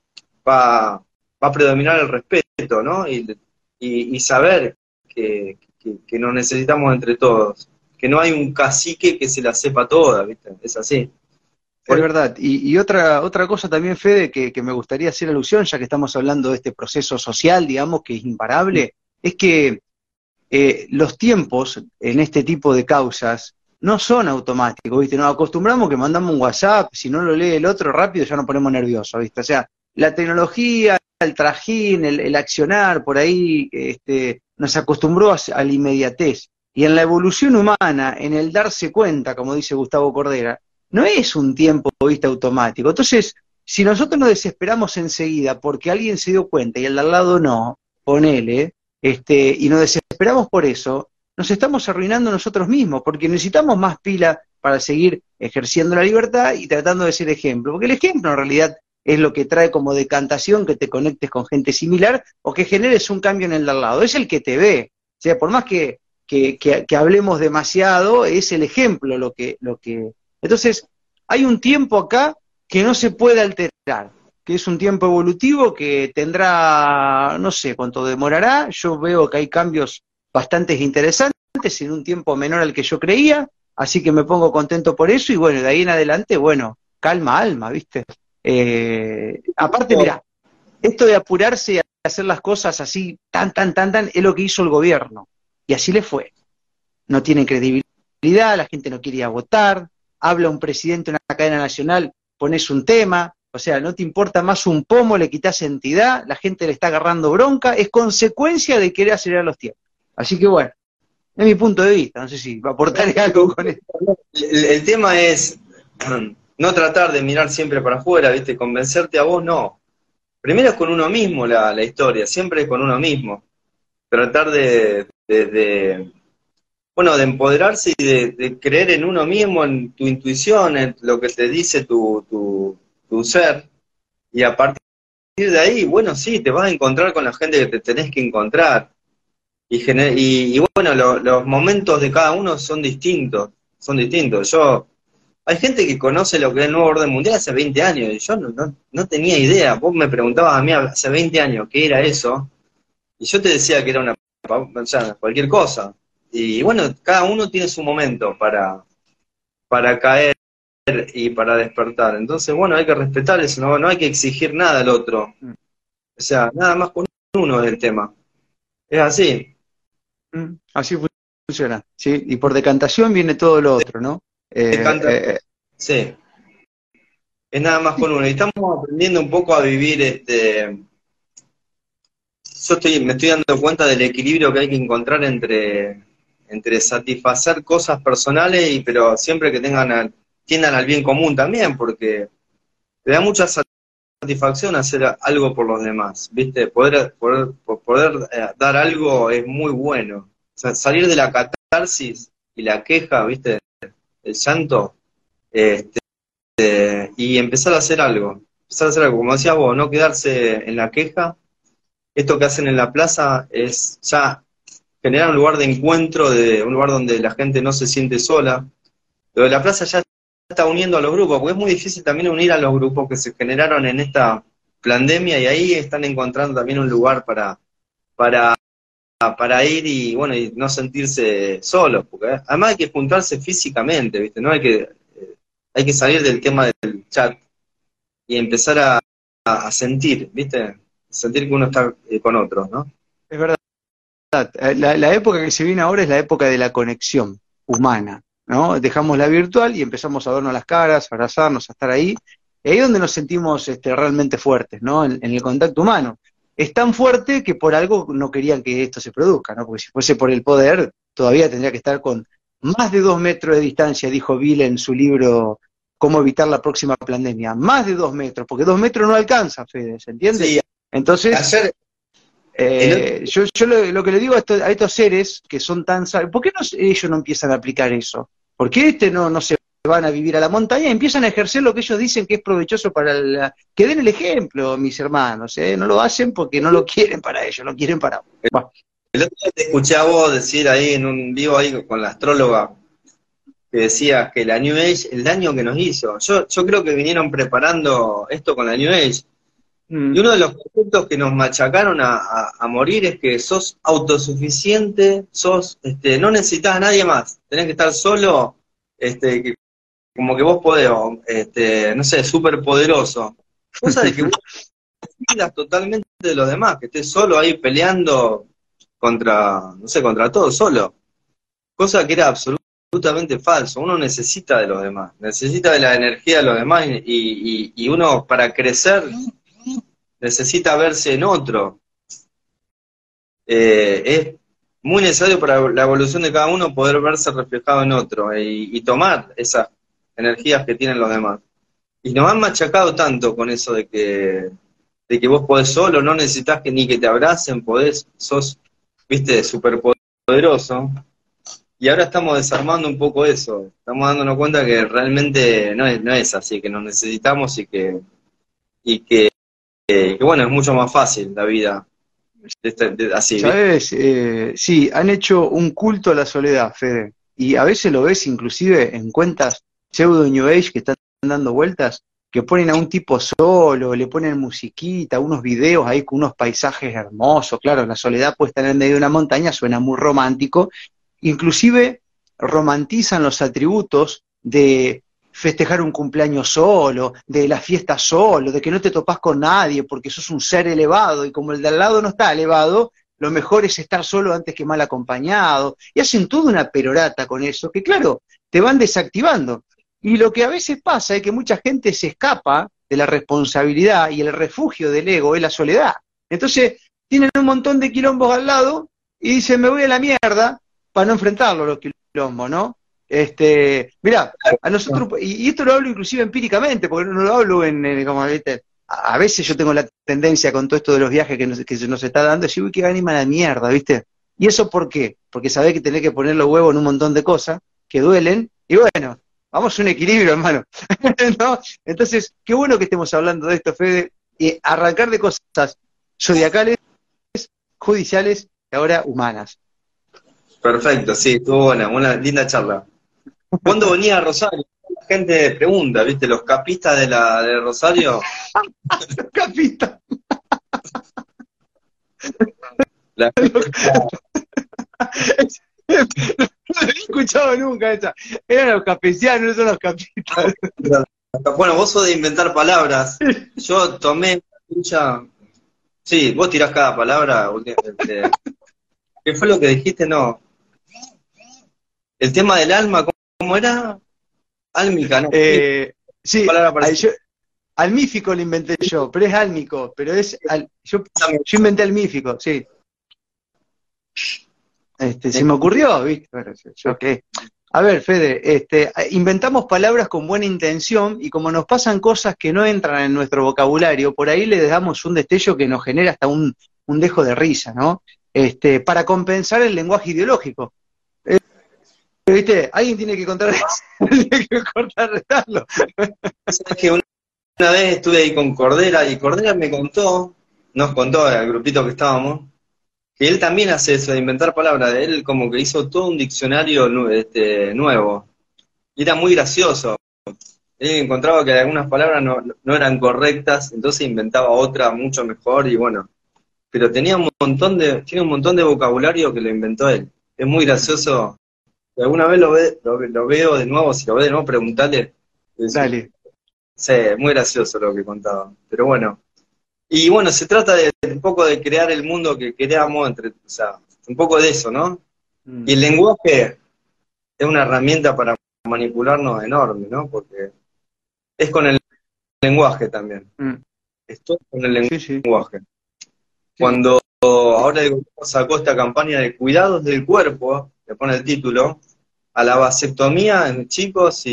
va a predominar el respeto, ¿no? Y saber que nos necesitamos entre todos. Que no hay un cacique que se la sepa toda, ¿viste? Es así. Es verdad. Y otra cosa también, Fede, que me gustaría hacer alusión, ya que estamos hablando de este proceso social, digamos, que es imparable, es que los tiempos en este tipo de causas no son automáticos, ¿viste? Nos acostumbramos que mandamos un WhatsApp, si no lo lee el otro rápido ya nos ponemos nerviosos, ¿viste? O sea, la tecnología, el trajín, el accionar, por ahí nos acostumbró a la inmediatez. Y en la evolución humana, en el darse cuenta, como dice Gustavo Cordera, no es un tiempo, ¿viste? Automático. Entonces, si nosotros nos desesperamos enseguida porque alguien se dio cuenta y el de al lado no, ponele, y nos desesperamos por eso, nos estamos arruinando nosotros mismos, porque necesitamos más pila para seguir ejerciendo la libertad y tratando de ser ejemplo, porque el ejemplo en realidad es lo que trae como decantación que te conectes con gente similar o que generes un cambio en el de al lado, es el que te ve, o sea, por más que hablemos demasiado, es el ejemplo lo que... Entonces, hay un tiempo acá que no se puede alterar, que es un tiempo evolutivo que tendrá, no sé cuánto demorará, yo veo que hay cambios bastante interesantes en un tiempo menor al que yo creía, así que me pongo contento por eso y bueno, de ahí en adelante, bueno, calma alma, ¿viste? Aparte, mirá, esto de apurarse y hacer las cosas así, tan, es lo que hizo el gobierno, y así le fue. No tiene credibilidad, la gente no quiere ir a votar, habla un presidente en una cadena nacional, pones un tema, o sea, no te importa más un pomo, le quitas entidad, la gente le está agarrando bronca, es consecuencia de querer acelerar los tiempos. Así que bueno, es mi punto de vista, no sé si va a aportar algo con esto. El tema es no tratar de mirar siempre para afuera, ¿viste? Convencerte a vos, no. Primero es con uno mismo la historia, siempre es con uno mismo. Tratar bueno, de empoderarse y de creer en uno mismo, en tu intuición, en lo que te dice tu ser, y a partir de ahí, bueno, sí, te vas a encontrar con la gente que te tenés que encontrar, y bueno, los momentos de cada uno son distintos, hay gente que conoce lo que es el nuevo orden mundial hace 20 años, y yo no tenía idea, vos me preguntabas a mí hace 20 años qué era eso, y yo te decía que era o sea, cualquier cosa. Y bueno, cada uno tiene su momento para caer y para despertar. Entonces, bueno, hay que respetar eso, no hay que exigir nada al otro. O sea, nada más con uno es el tema. Es así. Así funciona, ¿sí? Y por decantación viene todo lo otro, ¿no? Sí, es nada más con uno. Y estamos aprendiendo un poco a vivir yo me estoy dando cuenta del equilibrio que hay que encontrar entre satisfacer cosas personales, pero siempre que tiendan al bien común también, porque te da mucha satisfacción hacer algo por los demás, ¿viste? Poder dar algo es muy bueno. O sea, salir de la catarsis y la queja, ¿viste? El llanto, y empezar a hacer algo. Como decías vos, no quedarse en la queja. Esto que hacen en la plaza es ya generar un lugar de encuentro, un lugar donde la gente no se siente sola. Lo de la plaza ya está uniendo a los grupos, porque es muy difícil también unir a los grupos que se generaron en esta pandemia, y ahí están encontrando también un lugar para ir y bueno, y no sentirse solos, porque además hay que juntarse físicamente, ¿viste? No hay que salir del tema del chat y empezar a sentir, ¿viste? Sentir que uno está con otros, ¿no? Es verdad. La época que se viene ahora es la época de la conexión humana, ¿no? Dejamos la virtual y empezamos a vernos las caras, a abrazarnos, a estar ahí. Y ahí es donde nos sentimos realmente fuertes, ¿no? En el contacto humano. es tan fuerte que por algo no querían que esto se produzca, ¿no? Porque si fuese por el poder, todavía tendría que estar con más de 2 metros de distancia, dijo Bill en su libro Cómo evitar la próxima pandemia. Más de 2 metros, porque 2 metros no alcanza, Fede, ¿se entiende? Sí, Entonces, ayer, yo lo que le digo a estos seres que son tan sabios, ¿por qué ellos no empiezan a aplicar eso? ¿Por qué no se van a vivir a la montaña y empiezan a ejercer lo que ellos dicen que es provechoso para que den el ejemplo, mis hermanos, ¿eh? No lo hacen porque no lo quieren para ellos, lo quieren para... Bueno. el otro día te escuché a vos decir ahí en un vivo ahí con la astróloga, que decía que la New Age, el daño que nos hizo. Yo creo que vinieron preparando esto con la New Age. Y uno de los conceptos que nos machacaron a morir es que sos autosuficiente, no necesitas a nadie más, tenés que estar solo, como que vos podés, no sé, súper poderoso. Cosa de que vos decidas totalmente de los demás, que estés solo ahí peleando contra, no sé, contra todo, solo. Cosa que era absolutamente falso. Uno necesita de los demás, necesita de la energía de los demás y uno para crecer necesita verse en otro. Es muy necesario para la evolución de cada uno poder verse reflejado en otro y tomar esas energías que tienen los demás. Y nos han machacado tanto con eso de que vos podés solo, no necesitas ni que te abracen, sos, viste, superpoderoso. Y ahora estamos desarmando un poco eso, estamos dándonos cuenta que realmente no es así, que nos necesitamos y que bueno, es mucho más fácil la vida así, ¿viste? ¿Sabes? Sí, han hecho un culto a la soledad, Fede. Y a veces lo ves inclusive en cuentas pseudo New Age que están dando vueltas, que ponen a un tipo solo, le ponen musiquita, unos videos ahí con unos paisajes hermosos. Claro, la soledad puesta en el medio de una montaña suena muy romántico. Inclusive romantizan los atributos de festejar un cumpleaños solo, de la fiesta solo, de que no te topás con nadie porque sos un ser elevado y como el de al lado no está elevado, lo mejor es estar solo antes que mal acompañado. Y hacen toda una perorata con eso, que claro, te van desactivando. Y lo que a veces pasa es que mucha gente se escapa de la responsabilidad y el refugio del ego es la soledad. Entonces, tienen un montón de quilombos al lado y dicen, me voy a la mierda para no enfrentarlo los quilombos, ¿no? Mirá, a nosotros, y esto lo hablo inclusive empíricamente, porque no lo hablo como, ¿viste? A veces yo tengo la tendencia con todo esto de los viajes que se nos está dando, decir, uy, qué ánima la mierda, ¿viste? ¿Y eso por qué? Porque sabés que tenés que poner los huevos en un montón de cosas que duelen, y bueno, vamos a un equilibrio, hermano. ¿No? Entonces, qué bueno que estemos hablando de esto, Fede, y arrancar de cosas zodiacales, judiciales y ahora humanas. Perfecto, sí, estuvo buena, una linda charla. ¿Cuándo venía a Rosario? La gente pregunta, ¿viste? Los capistas de Rosario. Capita. La... No lo he escuchado nunca esa. Eran los capesianos, no son los capistas. Bueno, vos sos de inventar palabras. Yo tomé mucha... Sí, vos tirás cada palabra. ¿Qué fue lo que dijiste? No. El tema del alma, ¿cómo era? Álmica, ¿no? Sí, almífico lo inventé yo, pero es álmico, pero yo inventé almífico, sí. Se me ocurrió, ¿viste? Bueno, okay. A ver, Fede, inventamos palabras con buena intención y como nos pasan cosas que no entran en nuestro vocabulario, por ahí le damos un destello que nos genera hasta un dejo de risa, ¿no? Para compensar el lenguaje ideológico. ¿Viste? Alguien tiene que contrarrestarlo. ¿Sabes que una vez estuve ahí con Cordera y Cordera nos contó al grupito que estábamos, que él también hace eso de inventar palabras. Él como que hizo todo un diccionario nuevo. Y era muy gracioso. Él encontraba que algunas palabras no eran correctas, entonces inventaba otra mucho mejor y bueno. Pero tiene un montón de vocabulario que lo inventó él. Es muy gracioso. Si alguna vez lo veo de nuevo, si lo ve de nuevo, preguntale. Dale. Sí, muy gracioso lo que contaba. Pero bueno. Y bueno, se trata de un poco de crear el mundo que queramos, o sea, un poco de eso, ¿no? Y el lenguaje es una herramienta para manipularnos enorme, ¿no? Porque es con el lenguaje también. Es todo con el lenguaje. Cuando ahora el gobierno sacó esta campaña de cuidados del cuerpo, que pone el título, a la vasectomía en chicos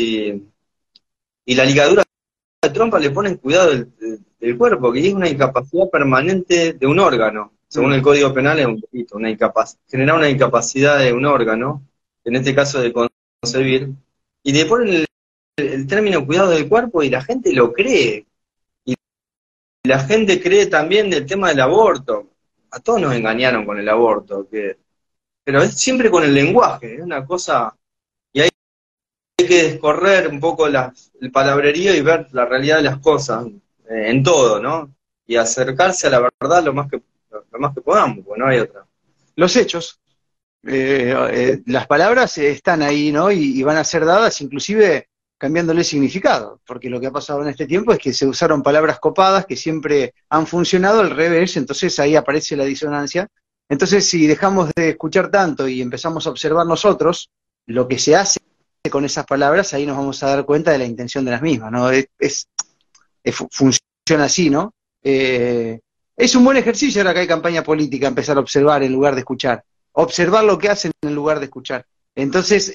y la ligadura de trompa le ponen cuidado del cuerpo, que es una incapacidad permanente de un órgano. Según el Código Penal es un delito, generar una incapacidad de un órgano, en este caso de concebir, y le ponen el término cuidado del cuerpo y la gente lo cree. Y la gente cree también del tema del aborto. A todos nos engañaron con el aborto, pero es siempre con el lenguaje, es una cosa, y hay que descorrer un poco el palabrerío y ver la realidad de las cosas, en todo, ¿no? Y acercarse a la verdad lo más que podamos, porque no hay otra. Los hechos. Las palabras están ahí, ¿no? Y van a ser dadas inclusive cambiándole significado, porque lo que ha pasado en este tiempo es que se usaron palabras copadas que siempre han funcionado al revés, entonces ahí aparece la disonancia. Entonces, si dejamos de escuchar tanto y empezamos a observar nosotros lo que se hace con esas palabras, ahí nos vamos a dar cuenta de la intención de las mismas, ¿no? Funciona así, ¿no? Es un buen ejercicio ahora que hay campaña política, empezar a observar en lugar de escuchar. Observar lo que hacen en lugar de escuchar. Entonces,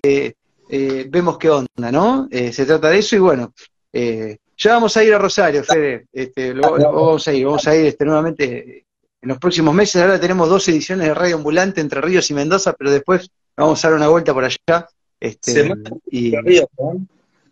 vemos qué onda, ¿no? Se trata de eso y bueno, ya vamos a ir a Rosario, Fede. Vamos a ir nuevamente en los próximos meses. Ahora tenemos 2 ediciones de Radio Ambulante entre Ríos y Mendoza, pero después vamos a dar una vuelta por allá. Entre Ríos, ¿no?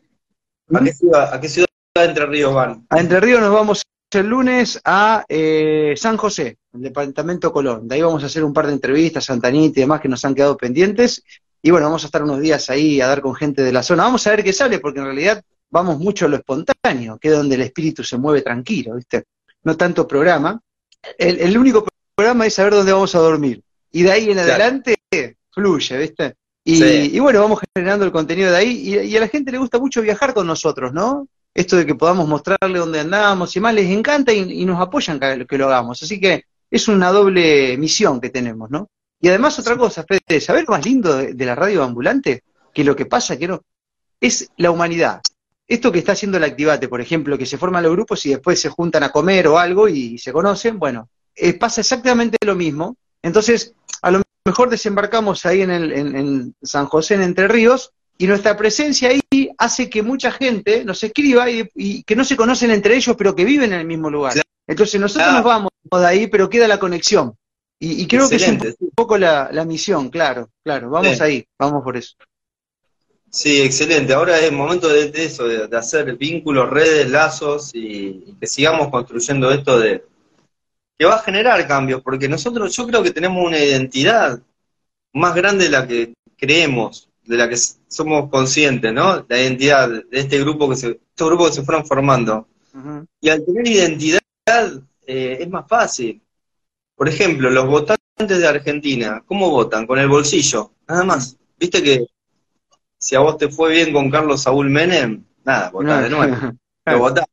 ¿A qué ciudad de Entre Ríos van? A Entre Ríos nos vamos el lunes a San José, el departamento Colón. De ahí vamos a hacer un par de entrevistas, Santa Anita y demás que nos han quedado pendientes. Y bueno, vamos a estar unos días ahí a dar con gente de la zona. Vamos a ver qué sale, porque en realidad vamos mucho a lo espontáneo, que es donde el espíritu se mueve tranquilo, ¿viste? No tanto programa. El único programa es saber dónde vamos a dormir. Y de ahí en adelante fluye, ¿viste? Y bueno, vamos generando el contenido de ahí. Y a la gente le gusta mucho viajar con nosotros, ¿no? Esto de que podamos mostrarle dónde andamos y más, les encanta y nos apoyan que lo hagamos. Así que es una doble misión que tenemos, ¿no? Y además otra cosa, Fede, ¿saber lo más lindo de la radio ambulante? Que lo que pasa, es la humanidad. Esto que está haciendo el Activate, por ejemplo, que se forman los grupos y después se juntan a comer o algo y se conocen, bueno, pasa exactamente lo mismo. Entonces, a lo mejor desembarcamos ahí en San José, en Entre Ríos, y nuestra presencia ahí hace que mucha gente nos escriba y que no se conocen entre ellos, pero que viven en el mismo lugar. Entonces nosotros nos vamos de ahí, pero queda la conexión. Y creo que es un poco la misión, claro, vamos ahí, vamos por eso. Sí, excelente. Ahora es el momento de eso, de hacer vínculos, redes, lazos y que sigamos construyendo esto que va a generar cambios, porque yo creo que tenemos una identidad más grande de la que creemos, de la que somos conscientes, ¿no? La identidad de estos grupos que se fueron formando. Uh-huh. Y al tener identidad es más fácil. Por ejemplo, los votantes de Argentina, ¿cómo votan? Con el bolsillo, nada más. Viste que si a vos te fue bien con Carlos Saúl Menem, nada, votás de nuevo. Lo votás.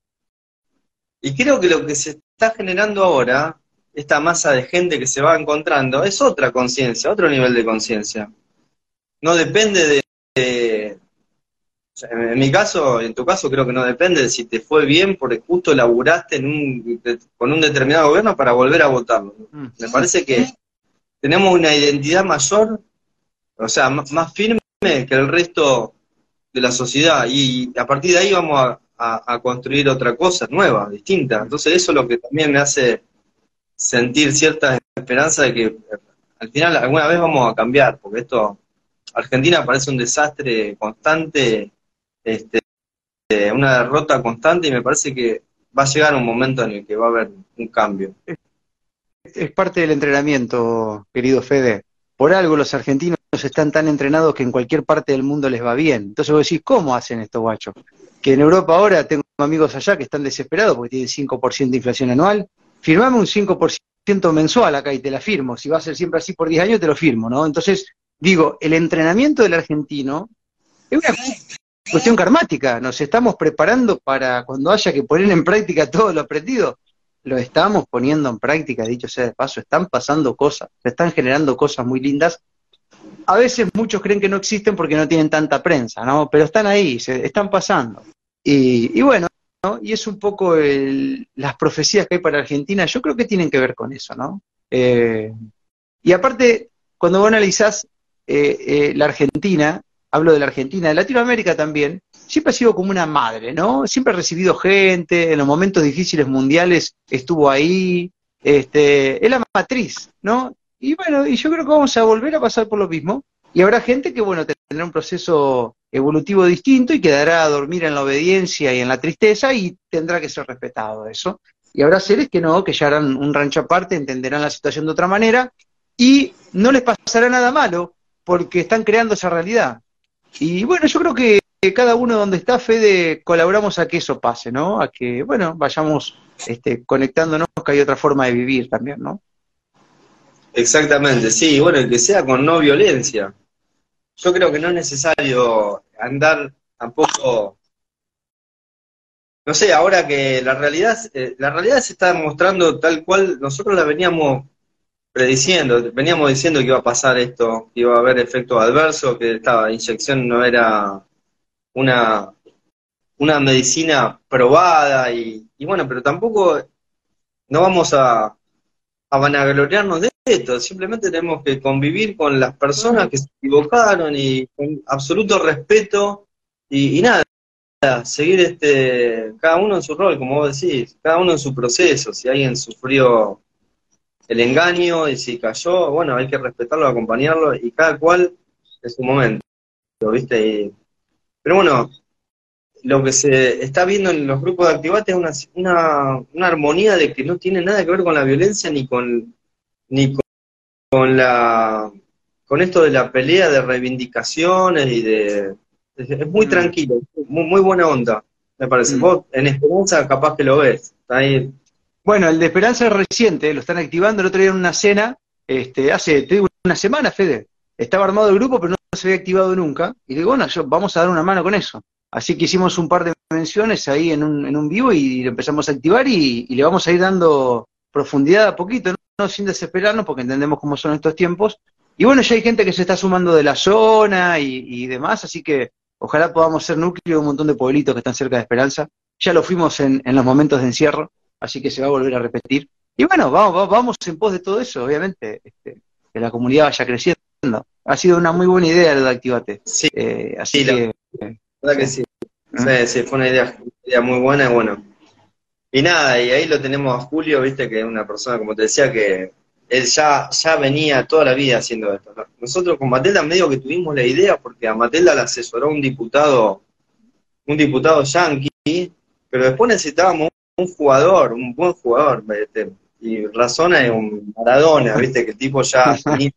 Y creo que lo que se está generando ahora, esta masa de gente que se va encontrando, es otra conciencia, otro nivel de conciencia. No depende en mi caso, en tu caso, creo que no depende de si te fue bien porque justo laburaste con un determinado gobierno para volver a votarlo. Me parece que tenemos una identidad mayor, o sea, más firme que el resto de la sociedad, y a partir de ahí vamos a construir otra cosa nueva, distinta. Entonces eso es lo que también me hace sentir cierta esperanza de que al final alguna vez vamos a cambiar, porque Argentina parece un desastre constante, una derrota constante, y me parece que va a llegar un momento en el que va a haber un cambio. Es parte del entrenamiento, querido Fede. Por algo los argentinos están tan entrenados que en cualquier parte del mundo les va bien. Entonces vos decís, ¿cómo hacen estos guachos? Que en Europa ahora tengo amigos allá que están desesperados porque tienen 5% de inflación anual. Firmame un 5% mensual acá y te la firmo. Si va a ser siempre así por 10 años, te lo firmo, ¿no? Entonces, digo, el entrenamiento del argentino es una cuestión karmática. Nos estamos preparando para cuando haya que poner en práctica todo lo aprendido. Lo estamos poniendo en práctica, dicho sea de paso. Están pasando cosas, se están generando cosas muy lindas. A veces muchos creen que no existen porque no tienen tanta prensa, ¿no? Pero están ahí, se están pasando. Y bueno, y es un poco las profecías que hay para Argentina, yo creo que tienen que ver con eso, ¿no? Y aparte, cuando vos analizás la Argentina, hablo de la Argentina, de Latinoamérica también, siempre ha sido como una madre, ¿no? Siempre ha recibido gente, en los momentos difíciles mundiales estuvo ahí, es la matriz, ¿no? Y bueno, y yo creo que vamos a volver a pasar por lo mismo, y habrá gente que, bueno, tendrá un proceso evolutivo distinto y quedará a dormir en la obediencia y en la tristeza y tendrá que ser respetado eso. Y habrá seres que no, que ya harán un rancho aparte, entenderán la situación de otra manera y no les pasará nada malo porque están creando esa realidad. Y bueno, yo creo que cada uno donde está, Fede, colaboramos a que eso pase, ¿no? A que, bueno, vayamos conectándonos, que hay otra forma de vivir también, ¿no? Exactamente, sí, bueno, y que sea con no violencia. Yo creo que no es necesario andar tampoco, no sé, ahora que la realidad se está mostrando tal cual nosotros la veníamos prediciendo, veníamos diciendo que iba a pasar esto, que iba a haber efectos adversos, que esta inyección no era una, una medicina probada y bueno, pero tampoco no vamos a vanagloriarnos de esto, simplemente tenemos que convivir con las personas que se equivocaron y con absoluto respeto y nada, seguir cada uno en su rol, como vos decís, cada uno en su proceso, si alguien sufrió el engaño y si cayó, bueno, hay que respetarlo, acompañarlo y cada cual en su momento, ¿viste? Pero bueno, lo que se está viendo en los grupos de activates es una armonía de que no tiene nada que ver con la violencia ni con con esto de la pelea de reivindicaciones es muy tranquilo, muy buena onda, me parece. Vos en Esperanza capaz que lo ves, está ahí. Bueno, el de Esperanza es reciente, lo están activando el otro día en una cena, hace, te digo, una semana, Fede. Estaba armado el grupo, pero no se había activado nunca. Y digo, bueno, vamos a dar una mano con eso. Así que hicimos un par de menciones ahí en un vivo y lo empezamos a activar y le vamos a ir dando profundidad a poquito, ¿no? Sin desesperarnos, porque entendemos cómo son estos tiempos. Y bueno, ya hay gente que se está sumando de la zona y demás, así que ojalá podamos ser núcleo de un montón de pueblitos que están cerca de Esperanza. Ya lo fuimos en los momentos de encierro, así que se va a volver a repetir. Y bueno, vamos en pos de todo eso, obviamente, que la comunidad vaya creciendo. Ha sido una muy buena idea lo de Activate. Sí, así sí, que... la verdad que sí. Sí, fue una idea muy buena y bueno. Y nada, y ahí lo tenemos a Julio, viste, que es una persona, como te decía, que él ya venía toda la vida haciendo esto, ¿no? Nosotros con Matelda medio que tuvimos la idea porque a Matelda le asesoró un diputado yanqui, pero después necesitábamos un buen jugador, y Razona es un Maradona, viste, que el tipo ya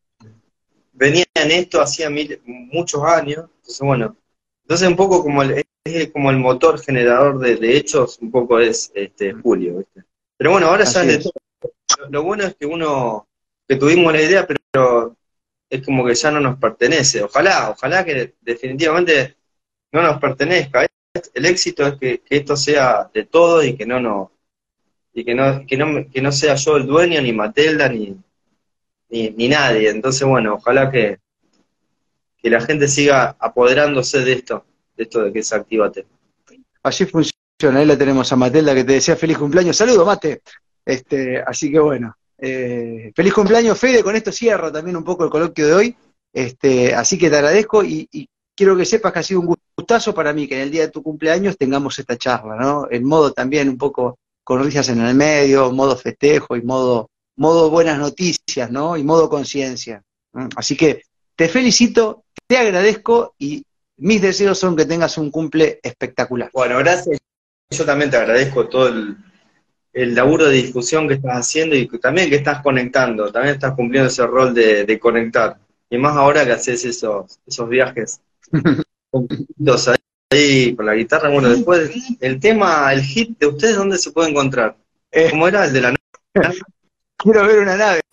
venía en esto hacía muchos años, entonces bueno, entonces un poco es como el motor generador de hechos, un poco es Julio, ¿viste? Pero bueno, ahora ya es de todo. Lo bueno es que tuvimos la idea, pero es como que ya no nos pertenece. Ojalá que definitivamente no nos pertenezca. El éxito es que esto sea de todos y que que no sea yo el dueño, ni Matelda, ni nadie. Entonces, bueno, ojalá que la gente siga apoderándose de esto de que es Actívate. Así funciona, ahí la tenemos a Matelda que te desea feliz cumpleaños. Saludos, Mate. Así que bueno, feliz cumpleaños, Fede. Con esto cierro también un poco el coloquio de hoy. Así que te agradezco y quiero que sepas que ha sido un gustazo para mí que en el día de tu cumpleaños tengamos esta charla, ¿no? En modo también un poco con risas en el medio, modo festejo y modo buenas noticias, ¿no? Y modo conciencia. Así que te felicito, te agradezco y mis deseos son que tengas un cumple espectacular. Bueno, gracias. Yo también te agradezco todo el laburo de difusión que estás haciendo y también que estás conectando, también estás cumpliendo ese rol de conectar. Y más ahora que haces esos viajes ahí con la guitarra. Bueno, después el hit de ustedes, ¿dónde se puede encontrar? ¿Cómo era? El de la nave. Quiero ver una nave.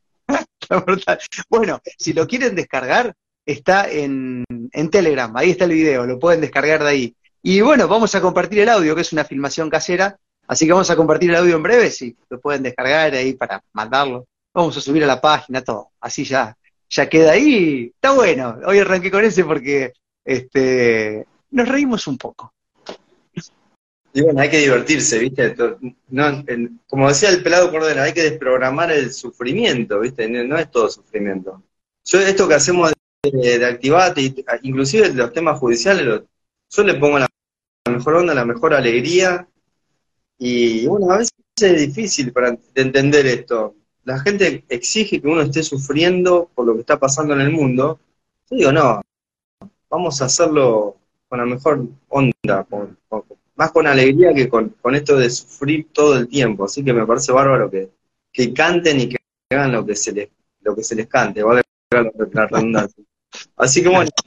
Bueno, si lo quieren descargar, está en Telegram, ahí está el video, lo pueden descargar de ahí. Y bueno, vamos a compartir el audio, que es una filmación casera, así que vamos a compartir el audio en breve, si lo pueden descargar ahí para mandarlo. Vamos a subir a la página, todo, así ya queda ahí. Está bueno, hoy arranqué con ese porque nos reímos un poco. Y bueno, hay que divertirse, ¿viste? No, como decía el pelado Cordera, hay que desprogramar el sufrimiento, ¿viste? No es todo sufrimiento. Yo esto que hacemos de Activate, inclusive los temas judiciales, yo le pongo la mejor onda, la mejor alegría, y bueno, a veces es difícil de entender esto. La gente exige que uno esté sufriendo por lo que está pasando en el mundo. Yo digo, no, vamos a hacerlo con la mejor onda, más con alegría que con esto de sufrir todo el tiempo. Así que me parece bárbaro que canten y que hagan lo que se les cante, valga la redundancia. Así que bueno,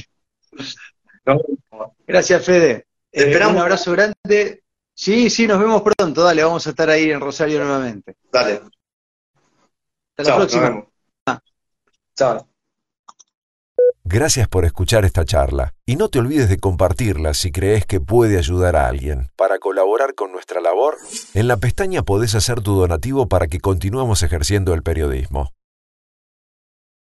Gracias, Fede. Esperamos. Un abrazo grande. Sí, nos vemos pronto. Dale, vamos a estar ahí en Rosario nuevamente. Dale. Hasta la próxima. Chao. Gracias por escuchar esta charla y no te olvides de compartirla si crees que puede ayudar a alguien. Para colaborar con nuestra labor, en la pestaña podés hacer tu donativo para que continuemos ejerciendo el periodismo.